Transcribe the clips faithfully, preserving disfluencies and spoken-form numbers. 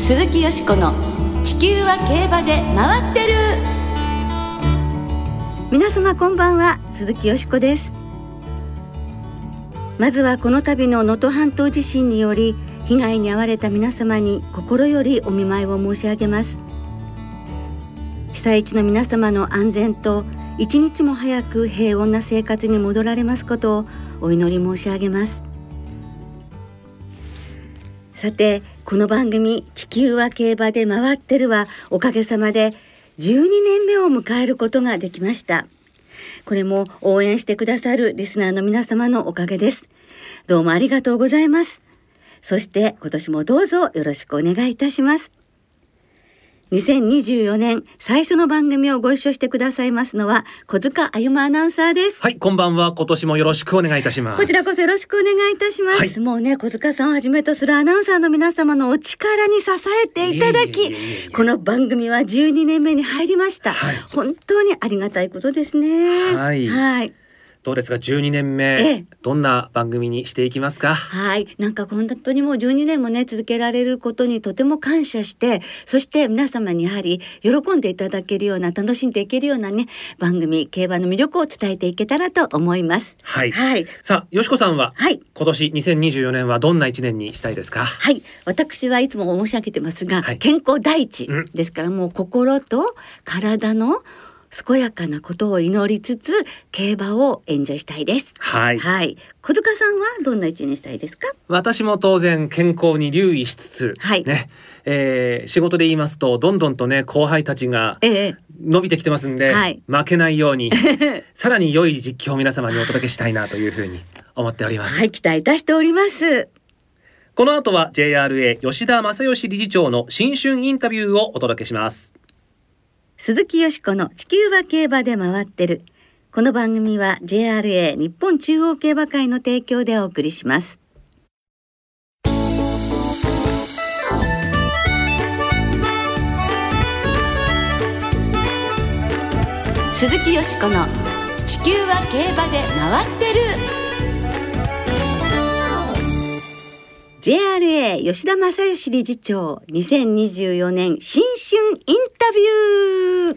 鈴木よしこの地球は競馬で回ってる。皆様こんばんは、鈴木よしこです。まずはこの度の能登半島地震により被害に遭われた皆様に心よりお見舞いを申し上げます。被災地の皆様の安全と一日も早く平穏な生活に戻られますことをお祈り申し上げます。さて、この番組地球は競馬で回ってるはおかげさまでじゅうにねんめを迎えることができました。これも応援してくださるリスナーの皆様のおかげです。どうもありがとうございます。そして今年もどうぞよろしくお願いいたします。にせんにじゅうよねん最初の番組をご一緒してくださいますのは小塚あゆまアナウンサーです。 はい、こんばんは。今年もよろしくお願いいたします。 こちらこそよろしくお願いいたします、はい、もうね、小塚さんをはじめとするアナウンサーの皆様のお力に支えていただき、この番組はじゅうにねんめに入りました、はい、本当にありがたいことですね。 はい、はい、どうですか、じゅうにねんめ、ええ、どんな番組にしていきますか？ はい、なんか本当にもうじゅうにねんもね続けられることにとても感謝して、そして皆様にやはり喜んでいただけるような、楽しんでいけるようなね番組、競馬の魅力を伝えていけたらと思います。 はい、はい、さあよしこさんは、はい、今年にせんにじゅうよねんはどんないちねんにしたいですか？ はい、私はいつも申し上げてますが、はい、健康第一ですから、もう心と体の健やかなことを祈りつつ競馬をエンジョイしたいです。 はい、 はい、小塚さんはどんな一年にしたいですか？ 私も当然健康に留意しつつ、はいねえー、仕事で言いますとどんどんとね後輩たちが伸びてきてますんで、ええ、負けないようにさらに良い実況を皆様にお届けしたいなというふうに思っております。 はい、期待いたしております。 この後は ジェイアールエー 吉田正義理事長の新春インタビューをお届けします。 鈴木よしこの地球は競馬で回ってる。この番組は ジェイアールエー 日本中央競馬会の提供でお送りします。鈴木よしこの地球は競馬で回ってる。ジェイアールエー 吉田正義理事長、にせんにじゅうよねん新春インタビュー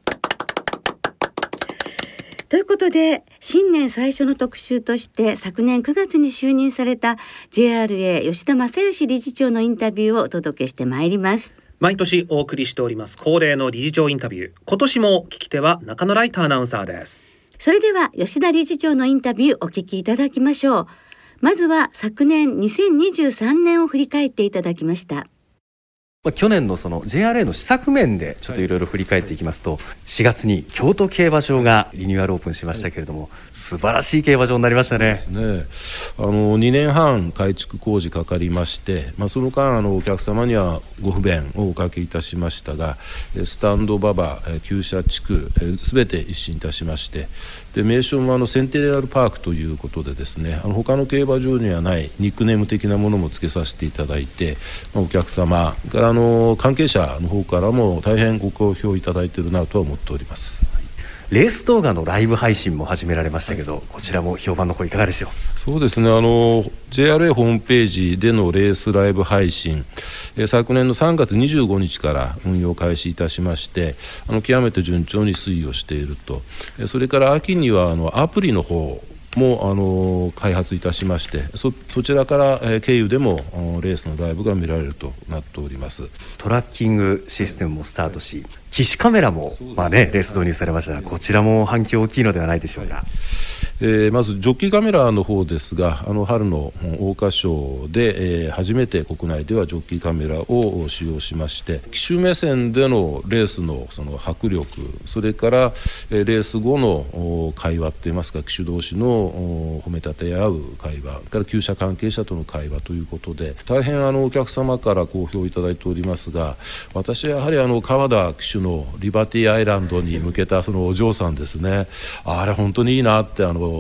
ということで、新年最初の特集として昨年くがつに就任された ジェイアールエー 吉田正義理事長のインタビューをお届けしてまいります。 毎年お送りしております恒例の理事長インタビュー、今年も聞き手は中野ライトアナウンサーです。 それでは吉田理事長のインタビューお聞きいただきましょう。まずは昨年にせんにじゅうさんねんを振り返っていただきました。 去年のその ジェイアールエー の施策面でちょっといろいろ振り返っていきますと、しがつに京都競馬場がリニューアルオープンしましたけれども、素晴らしい競馬場になりましたね。 そうですね、あのにねんはん改築工事かかりまして、まあ、その間あのお客様にはご不便をおかけいたしましたが、スタンド馬場、厩舎地区すべて一新いたしまして、で名称もあのセンテリアルパークということでですね、あの他の競馬場にはないニックネーム的なものもつけさせていただいて、まあ、お客様からあの関係者の方からも大変ご好評いただいているなとは思っております。 レース動画のライブ配信も始められましたけど、こちらも評判の方いかがでしょう？ そうですね、あの ジェイアールエー ホームページでのレースライブ配信、え昨年のさんがつにじゅうごにちから運用開始いたしまして、あの極めて順調に推移をしていると。それから秋にはあのアプリの方もあの開発いたしまして、 そ, そちらから、えー、経由でもレースのライブが見られるとなっております。 トラッキングシステムもスタートし、騎手カメラも、まあね、レース導入されましたが、こちらも反響大きいのではないでしょうか。 えー、まずジョッキーカメラの方ですが、あの春の桜花賞で、えー、初めて国内ではジョッキーカメラを使用しまして、騎手目線でのレースのその迫力、それから、えー、レース後の会話といいますか、騎手同士の褒めたて合う会話から厩舎関係者との会話ということで、大変あのお客様から好評いただいておりますが、私はやはりあの川田騎手のリバティアイランドに向けたそのお嬢さんですね、あれ本当にいいなって、あの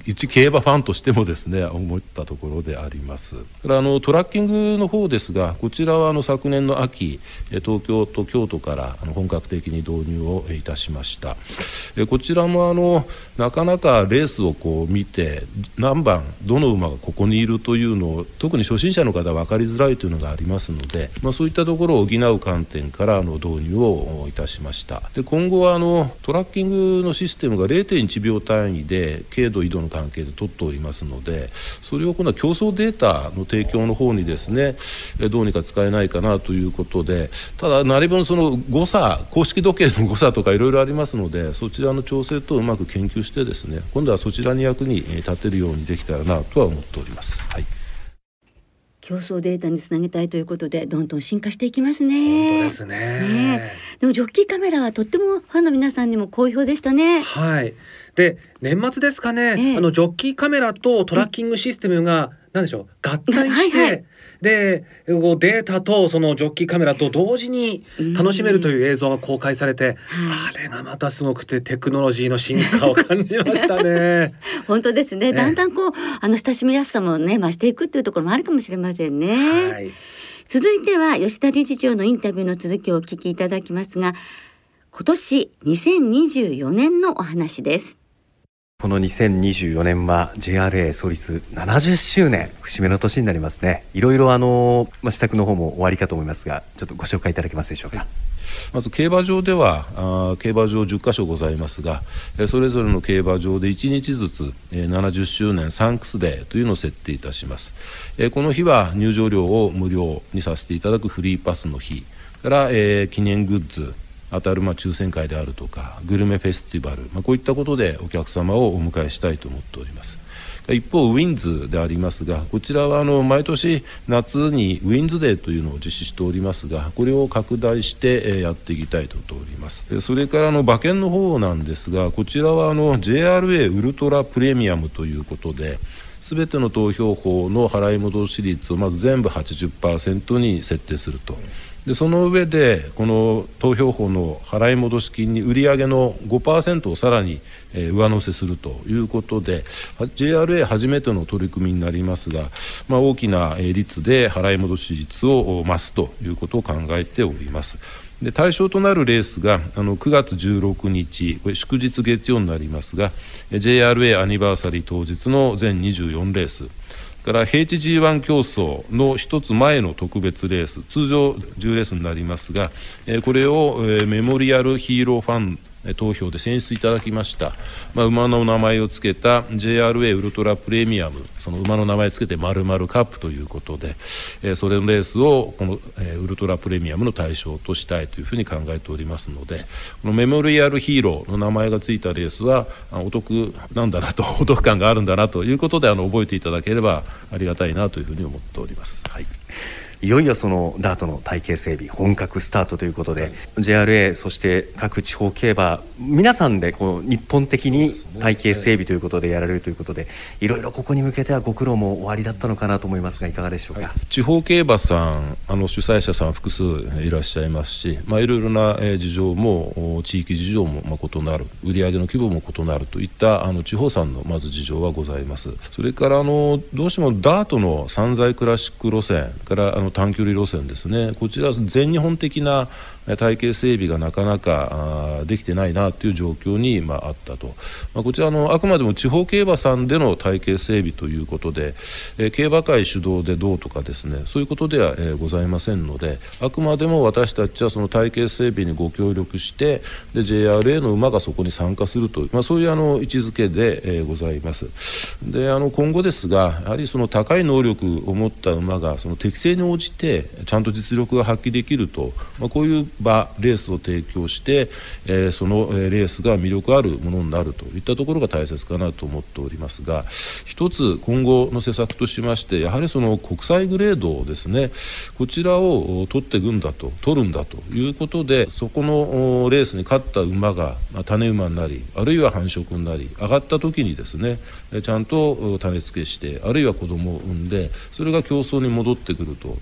一競馬ファンとしてもですね思ったところであります。あのトラッキングの方ですが、こちらはあの昨年の秋東京と京都からあの本格的に導入をいたしました。こちらもあのなかなかレースをこう見て何番どの馬がここにいるというのを特に初心者の方は分かりづらいというのがありますので、まあ、そういったところを補う観点からあの導入をいたしました。で今後はあのトラッキングのシステムが れいてんいちびょう単位で経度緯度の関係で取っておりますので、それを今度は競争データの提供の方にですねどうにか使えないかなということで、ただなりぶんその誤差公式時計の誤差とかいろいろありますので、そちらの調整とうまく研究してですね今度はそちらに役に立てるようにできたらなとは思っております。はい、 競争データにつなげたいということでどんどん進化していきますね。 本当ですね。 ねでもジョッキーカメラはとってもファンの皆さんにも好評でしたね。 はい。で年末ですかね、ええ、あのジョッキーカメラとトラッキングシステムが何でしょう合体して、はいはい、でこうデータとそのジョッキーカメラと同時に楽しめるという映像が公開されて、あれがまたすごくてテクノロジーの進化を感じましたね。 本当ですね。だんだんこうあの親しみやすさもね増していくっていうところもあるかもしれませんね。はい、続いては吉田理事長のインタビューの続きをお聞きいただきますが、今年にせんにじゅうよねんのお話です。 このにせんにじゅうよねんは ジェイアールエー 創立ななじゅっしゅうねん節目の年になりますね。いろいろあの、まあ、施策の方も終わりかと思いますが、ちょっとご紹介いただけますでしょうか。 まず競馬場ではあ競馬場じゅっかしょございますが、それぞれの競馬場でいちにちずつななじゅっしゅうねんサンクスデーというのを設定いたします。この日は入場料を無料にさせていただくフリーパスの日から、えー、記念グッズ当たるまあ抽選会であるとかグルメフェスティバル、まあ、こういったことでお客様をお迎えしたいと思っております。一方ウィンズでありますが、こちらはあの毎年夏にウィンズデーというのを実施しておりますが、これを拡大してやっていきたいと思っております。それからあの馬券の方なんですが、こちらはあの ジェイアールエー ウルトラプレミアムということで、全ての投票法の払い戻し率をまず全部 はちじゅっパーセント に設定すると。でその上でこの投票法の払い戻し金に売上の ごパーセント をさらに上乗せするということで ジェイアールエー 初めての取り組みになりますが、まあ、大きな率で払い戻し率を増すということを考えております。で対象となるレースがあのくがつじゅうろくにち、これ祝日月曜になりますが ジェイアールエー アニバーサリー当日の全にじゅうよんレースから平地 ジーワン 競争の一つ前の特別レース、通常じゅうレースになりますが、これをメモリアルヒーローファン投票で選出いただきました、まあ、馬の名前をつけた ジェイアールエー ウルトラプレミアム、その馬の名前をつけて〇〇カップということで、えー、それのレースをこの、えー、ウルトラプレミアムの対象としたいというふうに考えておりますので、このメモリアルヒーローの名前がついたレースはお得なんだなと、お得感があるんだなということであの覚えていただければありがたいなというふうに思っております。はい、 いよいよそのダートの体系整備本格スタートということで、はい、ジェイアールエー そして各地方競馬皆さんでこう日本的に体系整備ということでやられるということで、いろいろここに向けてはご苦労もおありだったのかなと思いますが、いかがでしょうか。はい、 地方競馬さんあの主催者さん複数いらっしゃいますし、まあ、いろいろな事情も地域事情もまあ異なる、売上の規模も異なるといったあの地方さんのまず事情はございます。それからあのどうしてもダートの散財クラシック路線からあの短距離路線ですね、こちら全日本的な体系整備がなかなかできてないなという状況にまああったと、まあ、こちらのあくまでも地方競馬さんでの体系整備ということで、えー、競馬会主導でどうとかですね、そういうことでは、えー、ございませんので、あくまでも私たちはその体系整備にご協力してで ジェイアールエー の馬がそこに参加するという、まあ、そういうあの位置づけで、えー、ございます。であの今後ですが、やはりその高い能力を持った馬がその適性に応じてちゃんと実力が発揮できると、まあ、こういう場レースを提供して、えー、そのレースが魅力あるものになるといったところが大切かなと思っておりますが、一つ今後の施策としまして、やはりその国際グレードですね、こちらを取っていくんだと、取るんだということで、そこのレースに勝った馬が種馬になり、あるいは繁殖になり上がった時にですね、ちゃんと種付けして、あるいは子供を産んで、それが競争に戻ってくると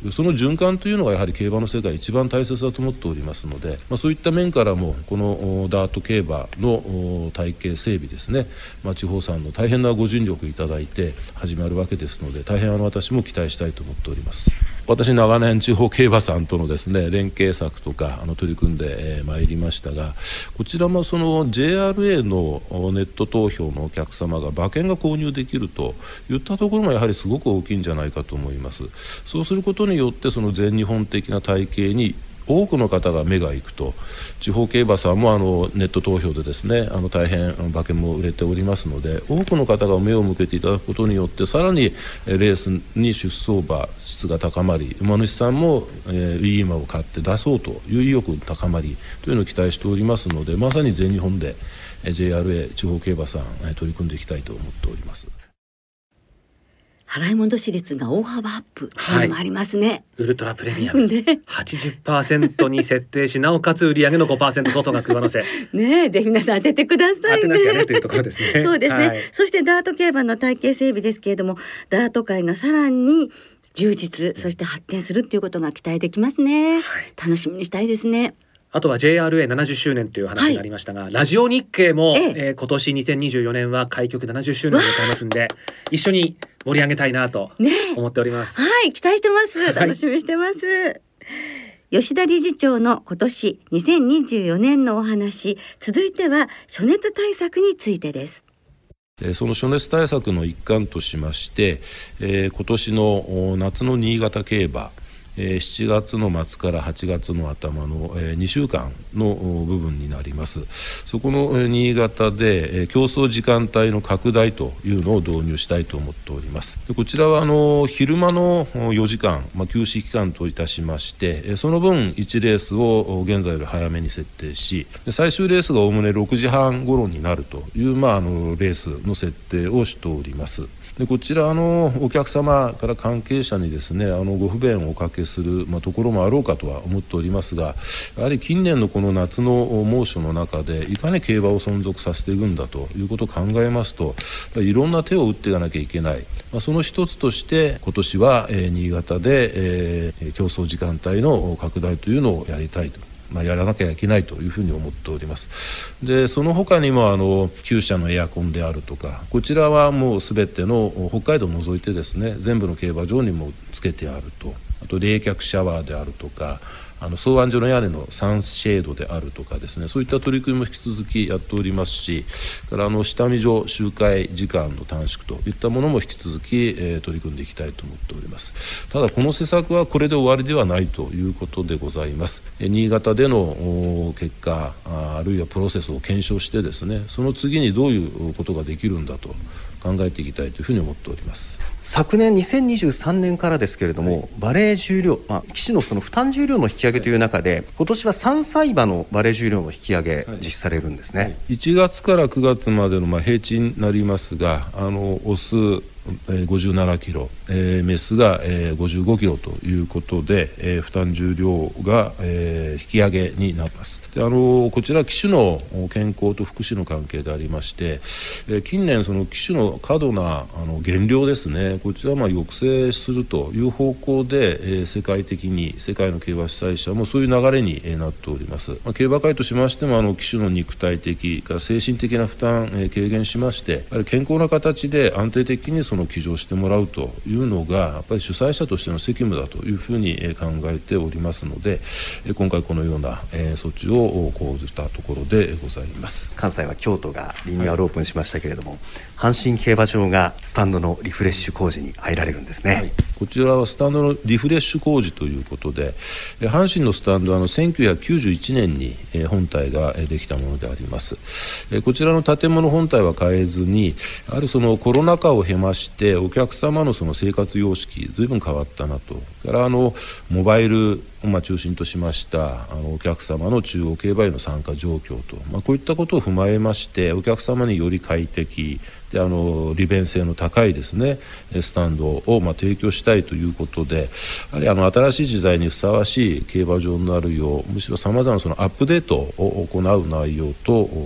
その循環というのがやはり競馬の世界一番大切だと思っておりますので、まあ、そういった面からもこのダート競馬の体系整備ですね、まあ、地方さんの大変なご尽力いただいて始まるわけですので、大変あの私も期待したいと思っております。私長年地方競馬さんとのですね連携策とかあの取り組んでまいりましたが、こちらもその ジェイアールエー のネット投票のお客様が馬券が購入できるといったところもやはりすごく大きいんじゃないかと思います。そうすることによってその全日本的な体系に多くの方が目が行くと、地方競馬さんもあのネット投票でですねあの大変馬券も売れておりますので、多くの方が目を向けていただくことによってさらにレースに出走馬質が高まり、馬主さんも、えー、いい馬を買って出そうという意欲高まりというのを期待しておりますので、まさに全日本で ジェイアールエー 地方競馬さん取り組んでいきたいと思っております。 払い戻し率が大幅アップというのもありますね、はい、 ウルトラプレミアム、ね、はちじゅっパーセント に設定しなおかつ売上の ごパーセント 外が上乗せねえ、ぜひ皆さん当ててくださいね。 当てなきゃねというところですねそうですね、 はい、 そしてダート競馬の体系整備ですけれども、ダート界がさらに充実、そして発展するっていうことが期待できますね、はい、楽しみにしたいですね。 あとは ジェイアールエーななじゅっしゅうねんという話がありましたが、はい、ラジオ日経も、えええー、今年にせんにじゅうよねんは開局ななじゅっしゅうねんを迎えますんで、一緒に盛り上げたいなと思っております、 ね、はい、期待してます。楽しみにしてます、はい、吉田理事長の今年にせんにじゅうよねんのお話、続いては暑熱対策についてです。 その暑熱対策の一環としまして、えー、今年の夏の新潟競馬、えー、しちがつの末からはちがつの頭の、えー、にしゅうかんの部分になります。そこの、えー、新潟で、えー、競争時間帯の拡大というのを導入したいと思っております。でこちらはあの昼間のよじかん、まあ、休止期間といたしまして、えー、その分いちレースを現在より早めに設定し、で最終レースがおおむねろくじはん頃になるという、まあ、あのレースの設定をしております。でこちらあのお客様から関係者にですねあのご不便をおかけする、まあ、ところもあろうかとは思っておりますが、やはり近年のこの夏の猛暑の中でいかに競馬を存続させていくんだということを考えますと、いろんな手を打っていかなきゃいけない、まあ、その一つとして今年は、えー、新潟で、えー、競争時間帯の拡大というのをやりたいと、まあ、やらなきゃいけないというふうに思っております。でその他にもあの厩舎のエアコンであるとか、こちらはもうすべての北海道を除いてですね全部の競馬場にもつけてあると、あと冷却シャワーであるとか、あの草案所の屋根のサンシェードであるとかですね、そういった取り組みも引き続きやっておりますし、からあの下見場周回時間の短縮といったものも引き続き、えー、取り組んでいきたいと思っております。ただこの施策はこれで終わりではないということでございます。え新潟での結果 あ, あるいはプロセスを検証してですね、その次にどういうことができるんだと考えていきたいというふうに思っております。 昨年にせんにじゅうさんねんからですけれども、はい、馬齢重量、まあ、騎手のその負担重量の引き上げという中で、はい、今年はさんさい馬の馬齢重量の引き上げ、はい、実施されるんですね、はい、 いちがつからくがつまでのまあ平均になりますが、あのオスごじゅうななキロ、えー、メスが、えー、ごじゅうごキロということで、えー、負担重量が、えー、引き上げになります。であのこちら騎手の健康と福祉の関係でありまして、えー、近年その騎手の過度なあの減量ですね、こちらはまあ抑制するという方向で、えー、世界的に世界の競馬主催者もそういう流れに、えー、なっております。まあ、競馬界としましてもあの騎手の肉体的か精神的な負担、えー、軽減しまして、やはり健康な形で安定的にその騎乗してもらうというのがやっぱり主催者としての責務だというふうに考えておりますので、今回このような措置を講じたところでございます。 関西は京都がリニューアルオープンしましたけれども、はい、阪神競馬場がスタンドのリフレッシュ工事に入られるんですね、はい、 こちらはスタンドのリフレッシュ工事ということで、阪神のスタンドはあのせんきゅうひゃくきゅうじゅういちねんに本体ができたものであります。こちらの建物本体は変えずに、あるそのコロナ禍を経ましてお客様のその生活様式ずいぶん変わったなと、からあのモバイルをまあ中心としましたあのお客様の中央競馬への参加状況と、まあ、こういったことを踏まえましてお客様により快適であの利便性の高いですねスタンドをまあ提供したいということで、やはりあの新しい時代にふさわしい競馬場になるよう、むしろさまざまなそのアップデートを行う内容とい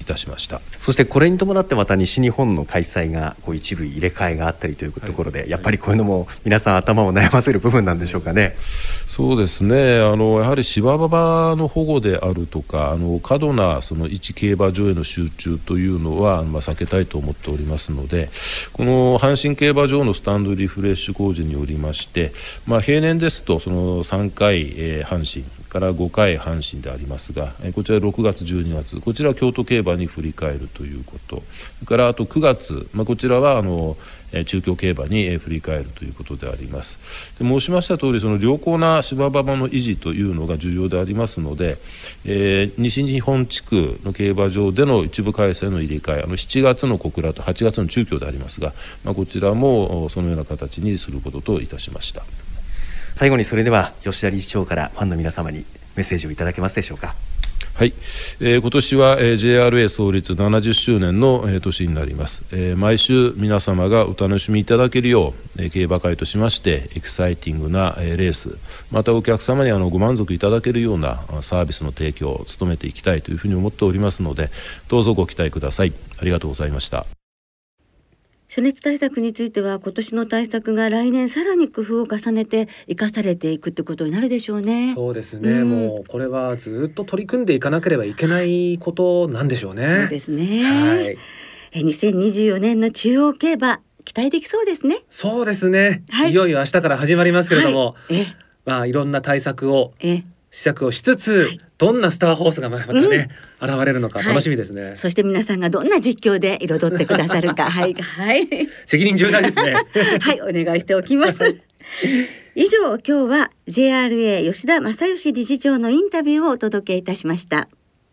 いたしました。 そしてこれに伴ってまた西日本の開催がこう一部入れ替えがあったりというところで、はい、やっぱりこういうのも皆さん頭を悩ませる部分なんでしょうかね。 そうですね、あのやはり芝馬の保護であるとか、あの過度なその一競馬場への集中というのは、まあ、避けたいと思っておりますので、この阪神競馬場のスタンドリフレッシュ工事によりまして、まあ、平年ですとそのさんかい、えー、阪神からごかい阪神でありますが、えー、こちらろくがつじゅうにがつ、こちらは京都競馬に振り返るということ、それからあとくがつ、まあ、こちらはあの中京競馬に振り返るということであります。で申しました通り、その良好な芝馬場の維持というのが重要でありますので、えー、西日本地区の競馬場での一部開催の入れ替え、あのしちがつの小倉とはちがつの中京でありますが、まあ、こちらもそのような形にすることといたしました。 最後にそれでは吉田理事長からファンの皆様にメッセージをいただけますでしょうか。 はい、えー、今年は、えー、ジェイアールエー 創立ななじゅっしゅうねんの、えー、年になります。えー、毎週皆様がお楽しみいただけるよう、えー、競馬会としましてエキサイティングな、えー、レース、またお客様にあのご満足いただけるようなサービスの提供を努めていきたいというふうに思っておりますので、どうぞご期待ください。ありがとうございました。 暑熱対策については今年の対策が来年さらに工夫を重ねて生かされていくってことになるでしょうね。 そうですね、うん、もうこれはずっと取り組んでいかなければいけないことなんでしょうね。 そうですね、はい、えにせんにじゅうよねんの中央競馬期待できそうですね。 そうですね、はい、いよいよ明日から始まりますけれども、はい、えまあいろんな対策をえ試着をしつつ、はい、どんなスターホースがまたね、うん、現れるのか楽しみですね、はい、 そして皆さんがどんな実況で彩ってくださるかはい、はい、 責任重大ですねはいお願いしておきます以上今日は ジェイアールエー 吉田正義理事長のインタビューをお届けいたしました。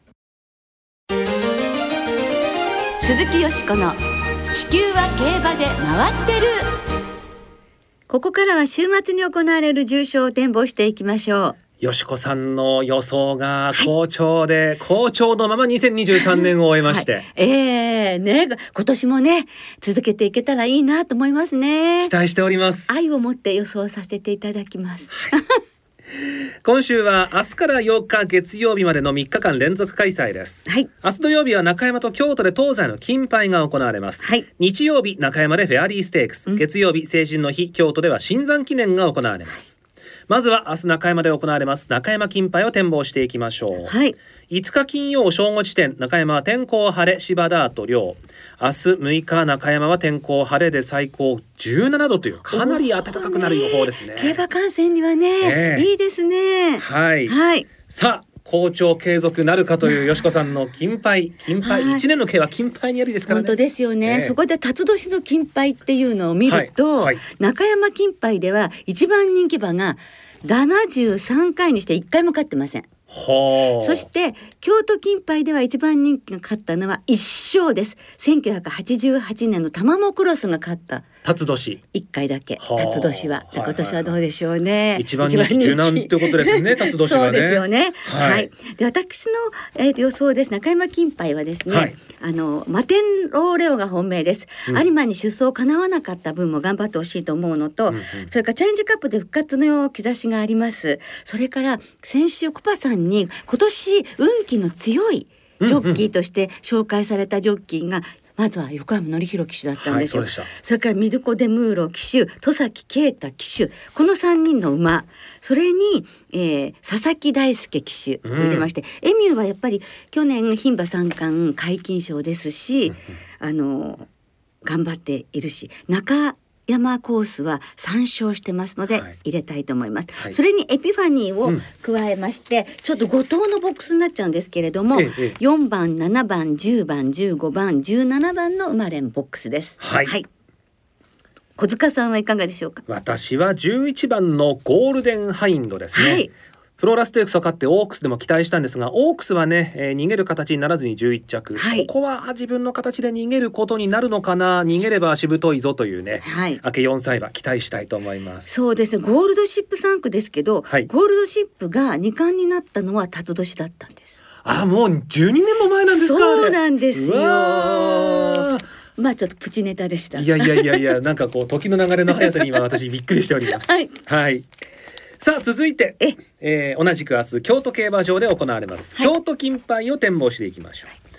鈴木よしこの地球は競馬で回ってる。ここからは週末に行われる重賞を展望していきましょう。 よしこさんの予想が好調で、はい、好調のままにせんにじゅうさんねんを終えまして、はい、 えーね、今年もね続けていけたらいいなと思いますね。 期待しております。 愛を持って予想させていただきます、はい、 今週は明日からよっか月曜日までのみっかかん連続開催です、はい、明日土曜日は中山と京都で東西の金杯が行われます、はい、日曜日中山でフェアリーステークス、うん、月曜日成人の日京都では新山記念が行われます。まずは明日中山で行われます中山金杯を展望していきましょう、はい、いつか金曜正午時点中山は天候晴れ芝ダート涼、明日むいか中山は天候晴れで最高じゅうななどというかなり暖かくなる予報ですね。 競馬観戦にはね、えー、いいですね。 はい、はい、さあ好調継続なるかというよしこさんの金杯金杯、はい、いちねんの競馬金杯にありですからね。 本当ですよね、えー、そこで辰年の金杯っていうのを見ると、はいはい、中山金杯では一番人気馬がななじゅうさんかいにしていっかいも勝ってません。そして京都金杯では一番人気が勝ったのはいっしょうです。せんきゅうひゃくはちじゅうはちねんのタマモクロスが勝った辰年いっかいだけ。辰年は今年はどうでしょうね。 一番人気柔軟ってことですね辰年はね。 そうですよね、はい、はい、で私の、えー、予想です。中山金杯はですね、はい、あのマテンローレオが本命です、うん、有馬に出走かなわなかった分も頑張ってほしいと思うのと、うんうん、それからチャレンジカップで復活の兆しがあります。それから先週コパさんに今年運気の強いジョッキーとして紹介されたジョッキーがまずは横山典弘騎手だったんですよ、はい、そ, それからミルコ・デ・ムーロ騎手、戸崎啓太騎手、このさんにんの馬、それに、えー、佐々木大輔騎手を入れまして、うん、エミューはやっぱり去年牝馬三冠皆勤賞ですし、うん、あの頑張っているし、中山コースはさん勝してますので入れたいと思います、はい、それにエピファニーを加えまして、うん、ちょっとご等のボックスになっちゃうんですけれども、ええ、よんばんななばんじゅうばんじゅうごばんじゅうななばんの馬連ボックスです、はいはい、小塚さんはいかがでしょうか。 私はじゅういちばんのゴールデンハインドですね、はい、フローラステークスを勝ってオークスでも期待したんですが、オークスはね、えー、逃げる形にならずにじゅういっちゃく、はい、ここは自分の形で逃げることになるのかな、逃げればしぶといぞというね、はい、明けよんさい馬期待したいと思います。 そうですね、ゴールドシップさんくですけど、はい、ゴールドシップがに冠になったのは辰年だったんです。 あ、もうじゅうにねんも前なんですか。 そうなんですよ。まあちょっとプチネタでした。 いやいやいやいやなんかこう時の流れの速さに今私びっくりしておりますはい、はい、さあ続いてえ、えー、同じく明日京都競馬場で行われます、はい、京都金杯を展望していきましょう。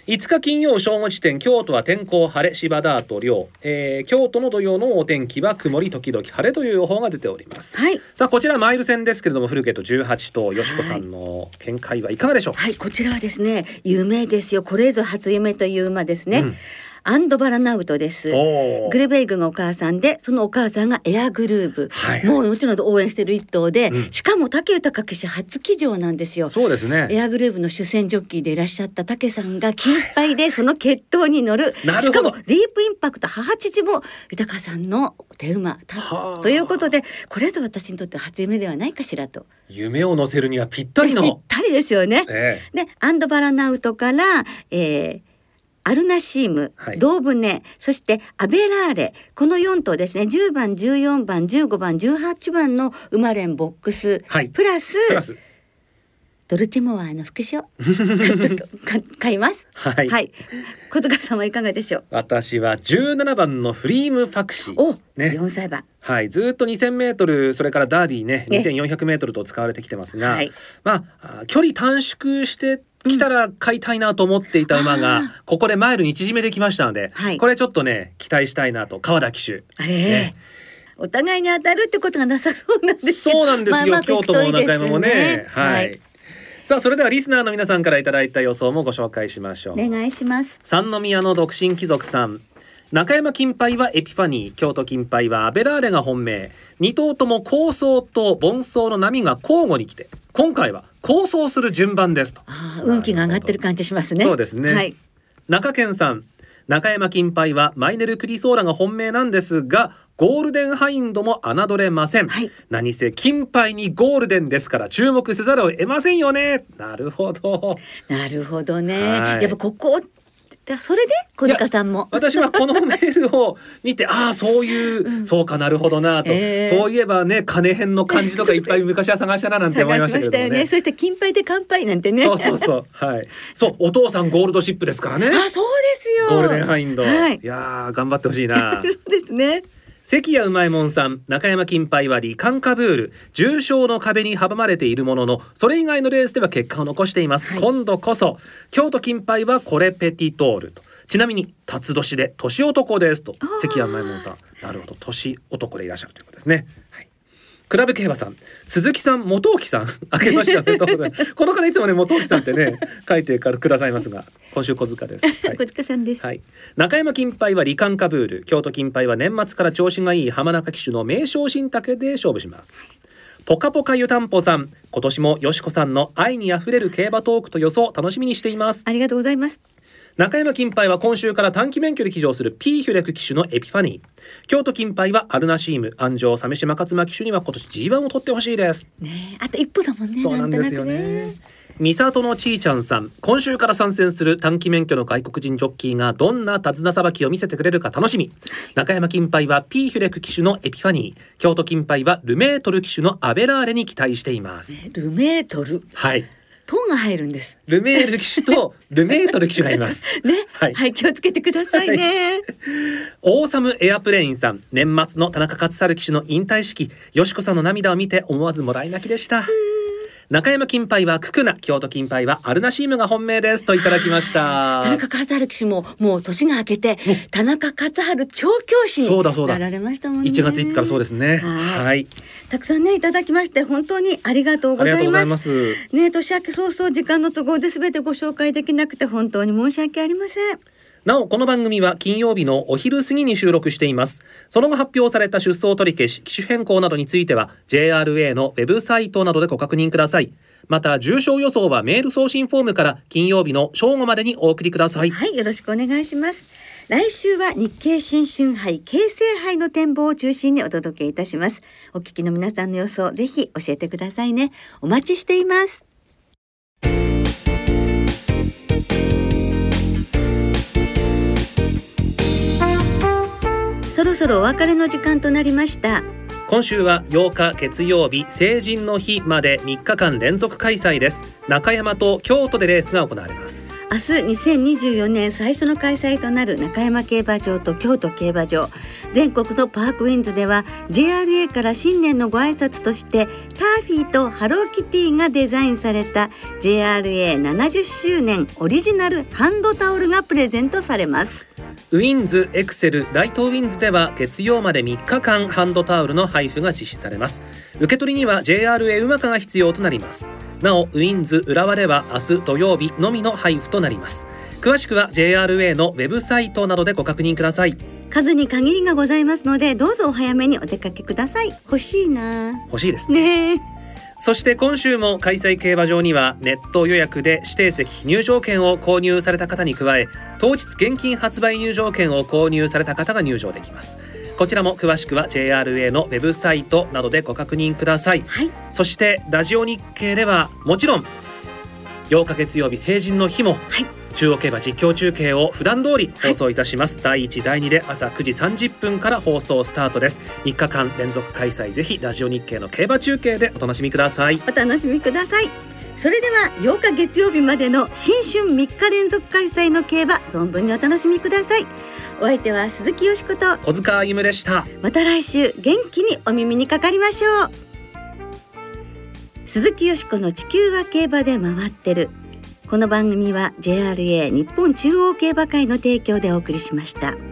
いつか金曜正午時点、京都は天候晴れ、芝ダート涼、えー、京都の土曜のお天気は曇り時々晴れという予報が出ております、 はい、 さあこちらマイル戦ですけれども、フルゲートじゅうはち頭、よしこさんの見解はいかがでしょう。 はい、こちらはですね、有名ですよ。これぞ初夢という馬ですね、うん、アンドバラナウトです。グルベイグがお母さんで、そのお母さんがエアグルーブ、はいはい、もうもちろん応援している一頭で、うん、しかも武豊騎手初騎乗なんですよ。 そうですね、 エアグルーブの主戦ジョッキーでいらっしゃった武さんが金杯でその決闘に乗る、はい、しかもディープインパクト母父も豊さんの手馬ということで、これぞ私にとって初夢ではないかしらと。 夢を乗せるにはぴったりのぴったりですよね、 ええ、 でアンドバラナウトから、えーアルナシーム、はい、ドーブネ、そしてアベラーレ、このよん頭ですね、じゅうばん、じゅうよんばん、じゅうごばん、じゅうはちばんの馬連ボックス、はい、プラス、プラスドルチェモアの副賞買います。はい、はい、小塚さんはいかがでしょう。 私はじゅうななばんのフリームファクシー、 お、ね、よんさい馬、 はい、ずっとにせんメートル、それからダービーね、にせんよんひゃくメートルと使われてきてますが、はい、まあ距離短縮して来たら買いたいなと思っていた馬が、うん、ここでマイルに縮めてきましたので、はい、これちょっとね期待したいなと。川田騎手、 あれ、ね、お互いに当たるってことがなさそうなんですけど、 そうなんですよ、まあ、京都も中山もね、はい、はい、さあそれではリスナーの皆さんからいただいた予想もご紹介しましょう。 お願いします。 三宮の独身貴族さん、中山金杯はエピファニー、京都金杯はアベラーレが本命。に頭とも好走と凡走の波が交互に来て、今回は好走する順番ですと。 あ、運気が上がってる感じしますね。 そうですね、はい、中堅さん、中山金杯はマイネルクリソーラが本命なんですが、ゴールデンハインドも侮れません、はい、何せ金杯にゴールデンですから注目せざるを得ませんよね。なるほどなるほどね、はい、やっぱここそれで小塚さんも私はこのメールを見てああそういう、うん、そうかなるほどなと、えー、そういえばね金編の漢字とかいっぱい昔は探したななんて思いましたけどもね。探しましたよね。 そして金杯で乾杯なんてね。 そうそうそうはいそうお父さんゴールドシップですからね。 あ、そうですよ、 ゴールデンハインド、はい、いや頑張ってほしいなそうですね。 関谷うまいもんさん、中山金杯はリカンカブール、重賞の壁に阻まれているものの、それ以外のレースでは結果を残しています、はい、今度こそ京都金杯はこれペティトールと。ちなみに辰年で年男ですと。関谷うまいもんさん、なるほど、年男でいらっしゃるということですね、はい。クラブ競馬さん、鈴木さん、元木さん、明けましておめでとうございますこの方いつもね元木さんってね書いてからくださいますが、今週小塚です、はい、 小塚さんです、 はい、中山金杯はリカンカブール、京都金杯は年末から調子がいい浜中騎手の名将新竹で勝負します、はい。ポカポカ湯たんぽさん、今年もよしこさんの愛にあふれる競馬トークと予想楽しみにしています。 ありがとうございます。 中山金杯は今週から短期免許で騎乗するピーヒュレク騎手のエピファニー、京都金杯はアルナシーム、安城鮫島勝間騎手には今年 ジーワン を取ってほしいです、 ね、あと一歩だもんね。 そうなんですよね。三里のちーちゃんさん、今週から参戦する短期免許の外国人ジョッキーがどんな手綱さばきを見せてくれるか楽しみ。中山金杯はピーヒュレク騎手のエピファニー、京都金杯はルメートル騎手のアベラーレに期待しています、 ね、ルメートル、 はい、 塔が入るんです。 ルメール騎手とルメートル騎手がいますね、はい、はい、気をつけてくださいね、はい、 オーサムエアプレインさん、年末の田中勝春騎手の引退式、よしこさんの涙を見て思わずもらい泣きでした。中山金杯はククナ、京都金杯はアルナシームが本命ですといただきました。 田中勝春騎手ももう年が明けて田中勝春調教師になられましたもんね。 いちがついつかからそうですね。 はい、 はい、 たくさんねいただきまして本当にありがとうございます。ありがとうございます。ね、年明け早々時間の都合で全てご紹介できなくて本当に申し訳ありません。 なおこの番組は金曜日のお昼過ぎに収録しています。その後発表された出走取り消し、機種変更などについては ジェイアールエー のウェブサイトなどでご確認ください。また重賞予想はメール送信フォームから金曜日の正午までにお送りください。 はい、よろしくお願いします。来週は日経新春杯京成杯の展望を中心にお届けいたします。お聞きの皆さんの予想ぜひ教えてくださいね。お待ちしています。そろそろお別れの時間となりました。 今週はようか月曜日成人の日までみっかかん連続開催です。中山と京都でレースが行われます。 明日にせんにじゅうよねん最初の開催となる中山競馬場と京都競馬場、全国のパークウィンズでは ジェイアールエー から新年のご挨拶としてターフィーとハローキティがデザインされた ジェイアールエーななじゅっしゅうねんオリジナルハンドタオルがプレゼントされます。 ウィンズ、エクセル、大東ウィンズでは月曜までみっかかんハンドタオルの配布が実施されます。受け取りには ジェイアールエー うまかが必要となります。なおウィンズ浦和では明日土曜日のみの配布となります。詳しくは ジェイアールエー のウェブサイトなどでご確認ください。 数に限りがございますのでどうぞお早めにお出かけください。欲しいな。 欲しいですね。 ねそして今週も開催競馬場にはネット予約で指定席入場券を購入された方に加え、当日現金発売入場券を購入された方が入場できます。こちらも詳しくは ジェイアールエー のウェブサイトなどでご確認ください、 はい、 そしてラジオ日経ではもちろんようか月曜日成人の日も、 はい、 中央競馬実況中継を普段通り放送いたします、はい、だいいちだいにで朝くじさんじゅっぷんから放送スタートです。みっかかん連続開催、ぜひラジオ日経の競馬中継でお楽しみください。 お楽しみください。それではようか月曜日までの新春みっか連続開催の競馬存分にお楽しみください。お相手は鈴木よしこと小塚あゆむでした。 また来週元気にお耳にかかりましょう。鈴木よしこの地球は競馬で回ってる。この番組は ジェイアールエー 日本中央競馬会の提供でお送りしました。